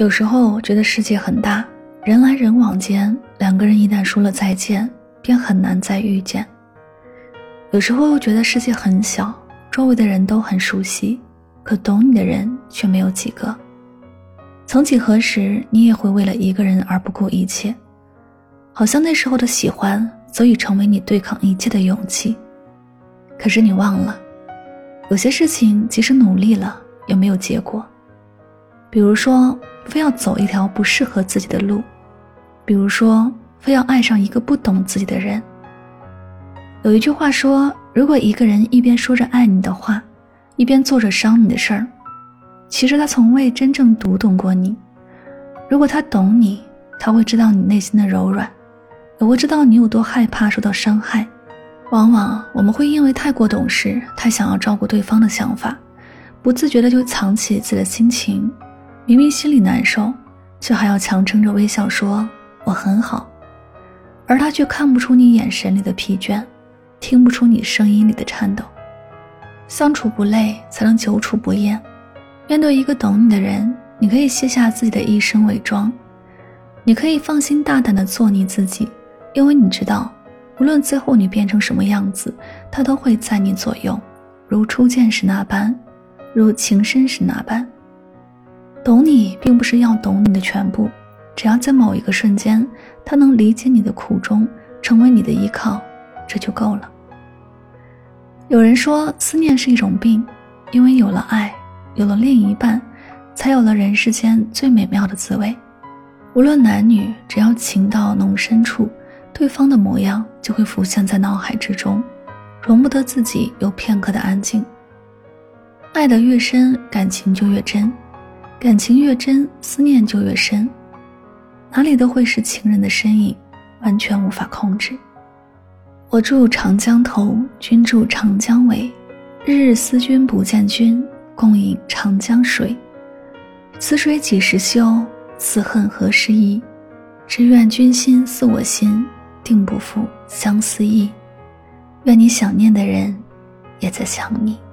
有时候觉得世界很大，人来人往间，两个人一旦说了再见，便很难再遇见。有时候又觉得世界很小，周围的人都很熟悉，可懂你的人却没有几个。曾几何时，你也会为了一个人而不顾一切，好像那时候的喜欢足以成为你对抗一切的勇气。可是你忘了，有些事情即使努力了也没有结果。比如说非要走一条不适合自己的路，比如说非要爱上一个不懂自己的人。有一句话说，如果一个人一边说着爱你的话，一边做着伤你的事儿，其实他从未真正读懂过你。如果他懂你，他会知道你内心的柔软，也会知道你有多害怕受到伤害。往往我们会因为太过懂事，太想要照顾对方的想法，不自觉地就藏起自己的心情，明明心里难受，却还要强撑着微笑说我很好，而他却看不出你眼神里的疲倦，听不出你声音里的颤抖。相处不累，才能久处不厌。面对一个懂你的人，你可以卸下自己的一身伪装，你可以放心大胆地做你自己，因为你知道，无论最后你变成什么样子，他都会在你左右，如初见时那般，如情深时那般。懂你并不是要懂你的全部，只要在某一个瞬间，他能理解你的苦衷，成为你的依靠，这就够了。有人说，思念是一种病，因为有了爱，有了另一半，才有了人世间最美妙的滋味。无论男女，只要情到浓深处，对方的模样就会浮现在脑海之中，容不得自己有片刻的安静。爱得越深，感情就越真，感情越真，思念就越深，哪里都会是情人的身影，完全无法控制。我住长江头，君住长江尾，日日思君不见君，共饮长江水。此水几时休？此恨何时已？只愿君心似我心，定不负相思意。愿你想念的人也在想你。